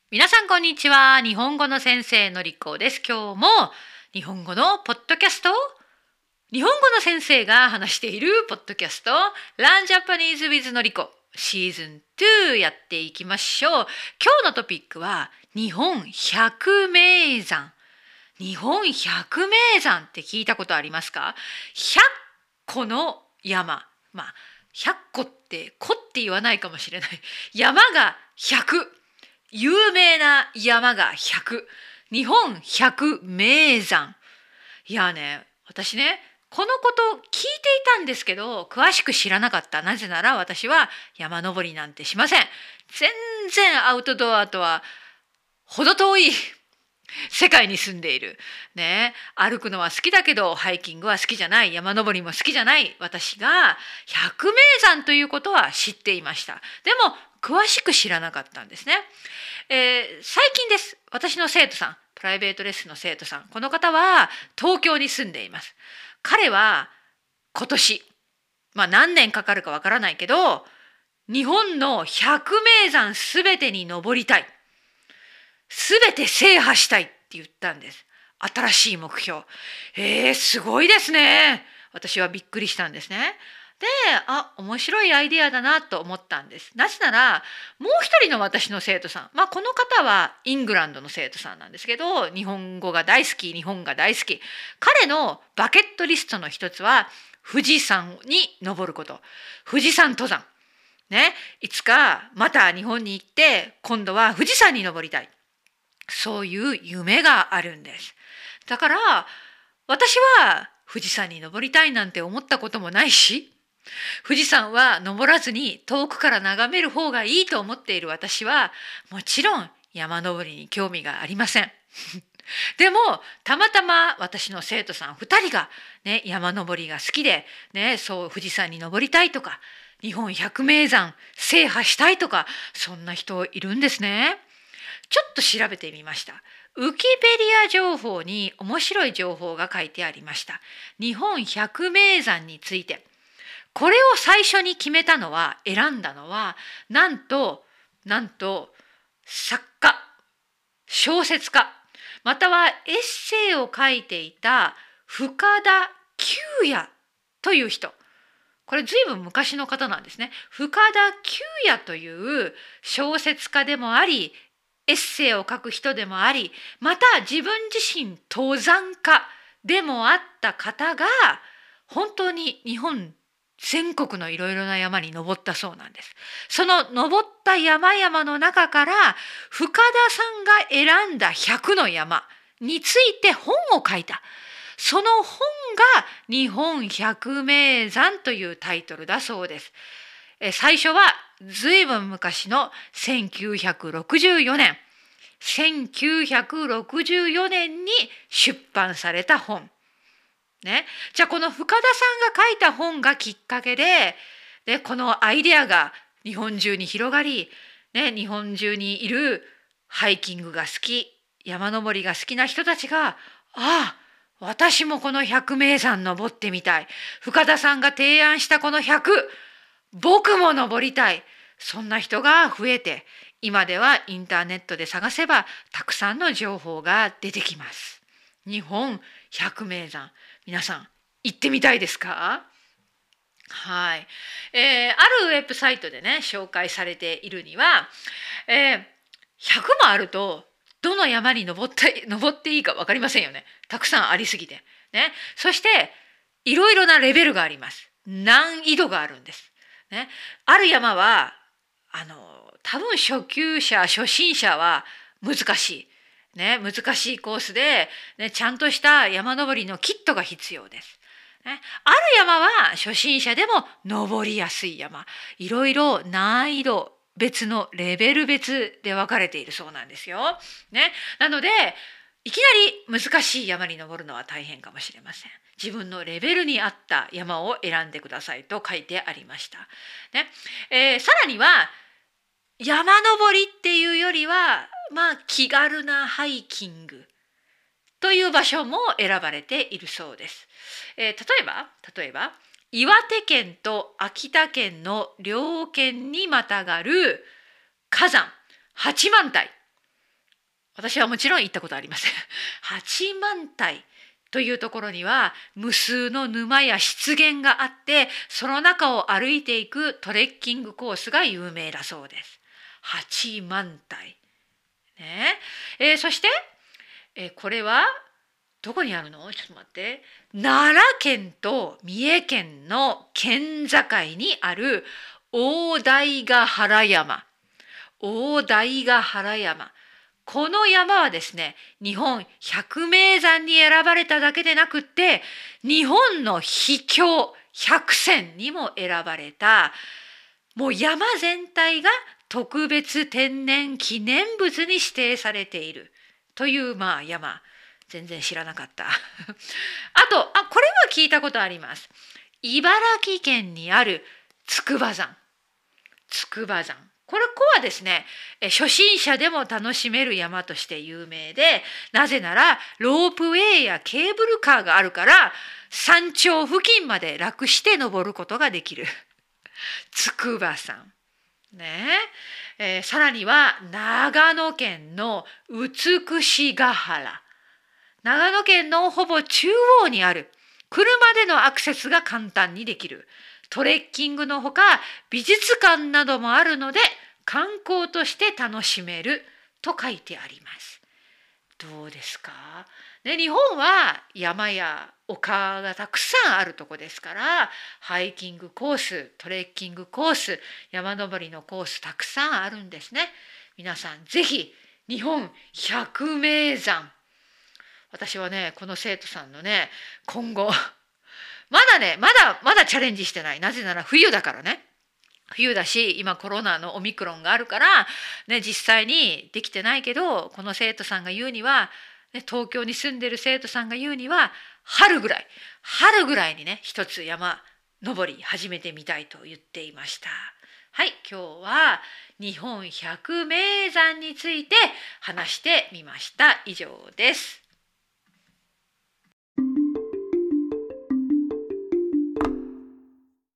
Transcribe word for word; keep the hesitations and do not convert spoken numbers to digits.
皆さんこんにちは。日本語の先生のりこです。今日も日本語のポッドキャスト、日本語の先生が話しているポッドキャスト Learn Japanese with のりこシーズンにやっていきましょう。今日のトピックは日本百名山。日本百名山って聞いたことありますか？ひゃっこの山。まあひゃっこってこって言わないかもしれない。山がひゃく。有名な山がひゃく。日本百名山。いやね、私ね、このこと聞いていたんですけど、詳しく知らなかった。なぜなら私は山登りなんてしません。全然アウトドアとは程遠い世界に住んでいる。ね、歩くのは好きだけど、ハイキングは好きじゃない。山登りも好きじゃない私が百名山ということは知っていました。でも詳しく知らなかったんですね。えー、最近です。私の生徒さん、プライベートレッスンの生徒さん、この方は東京に住んでいます。彼は今年、まあ何年かかるかわからないけど、日本の百名山すべてに登りたい。すべて制覇したいって言ったんです。新しい目標。えー、すごいですね。私はびっくりしたんですね。で、あ、面白いアイデアだなと思ったんです。なぜなら、もう一人の私の生徒さん、まあこの方はイングランドの生徒さんなんですけど、日本語が大好き、日本が大好き。彼のバケットリストの一つは、富士山に登ること。富士山登山。ね、いつかまた日本に行って、今度は富士山に登りたい。そういう夢があるんです。だから、私は富士山に登りたいなんて思ったこともないし、富士山は登らずに遠くから眺める方がいいと思っている私はもちろん山登りに興味がありません。でもたまたま私の生徒さんふたりが、ね、山登りが好きで、ね、そう富士山に登りたいとか日本百名山制覇したいとかそんな人いるんですね。ちょっと調べてみました。ウキペディア情報に面白い情報が書いてありました。日本百名山について。これを最初に決めたのは、選んだのは、なんと、なんと、作家、小説家、またはエッセイを書いていた深田久也という人。これ随分昔の方なんですね。深田久也という小説家でもあり、エッセイを書く人でもあり、また自分自身登山家でもあった方が、本当に日本全国のいろいろな山に登ったそうなんです。その登った山々の中から深田さんが選んだひゃくの山について本を書いた。その本が日本百名山というタイトルだそうです。え最初はずいぶん昔のせんきゅうひゃくろくじゅうよねん、せんきゅうひゃくろくじゅうよねんに出版された本。ね、じゃあこの深田さんが書いた本がきっかけで、でこのアイデアが日本中に広がり、ね、日本中にいるハイキングが好き、山登りが好きな人たちが、ああ、私もこの百名山登ってみたい。深田さんが提案したこのひゃく、僕も登りたい。そんな人が増えて、今ではインターネットで探せばたくさんの情報が出てきます。日本百名山。皆さん行ってみたいですか？はい、えー、あるウェブサイトでね紹介されているには、えー、ひゃくもあるとどの山に登って登っていいか分かりませんよね。たくさんありすぎてね。そしていろいろなレベルがあります。難易度があるんですね。ある山はあの多分初級者初心者は難しいね、難しいコースで、ね、ちゃんとした山登りのキットが必要です。ね、ある山は初心者でも登りやすい山。いろいろ難易度別のレベル別で分かれているそうなんですよ。ね、なのでいきなり難しい山に登るのは大変かもしれません。自分のレベルに合った山を選んでくださいと書いてありました。ねえー、さらには山登りっていうよりはまあ気軽なハイキングという場所も選ばれているそうです。えー、例えば例えば岩手県と秋田県の両県にまたがる火山八幡平。 私はもちろん行ったことありません。八幡平というところには無数の沼や湿原があって、その中を歩いていくトレッキングコースが有名だそうです。八幡平。ねえーそして、えーこれはどこにあるの？ちょっと待って。奈良県と三重県の県境にある大台ヶ原山。大台ヶ原山。この山はですね、日本百名山に選ばれただけでなくって、日本の秘境百選にも選ばれた、もう山全体が特別天然記念物に指定されているという、まあ山。全然知らなかった。あと、あ、これは聞いたことあります。茨城県にある筑波山。筑波山。これこはですね、え初心者でも楽しめる山として有名で、なぜならロープウェイやケーブルカーがあるから、山頂付近まで楽して登ることができる。筑波山。ねええーさらには長野県の美ヶ原。長野県のほぼ中央にある、車でのアクセスが簡単にできる。トレッキングのほか美術館などもあるので、観光として楽しめると書いてあります。どうですか？ね、日本は山や丘がたくさんあるとこですから、ハイキングコース、トレッキングコース、山登りのコースたくさんあるんですね。皆さんぜひ日本百名山、私はね、この生徒さんのね、今後まだね、まだまだチャレンジしてない。なぜなら冬だからね。冬だし、今コロナのオミクロンがあるから、ね、実際にできてないけど、この生徒さんが言うには、ね、東京に住んでる生徒さんが言うには、春ぐらい、春ぐらいにね、一つ山登り始めてみたいと言っていました。はい、今日は日本百名山について話してみました。以上です。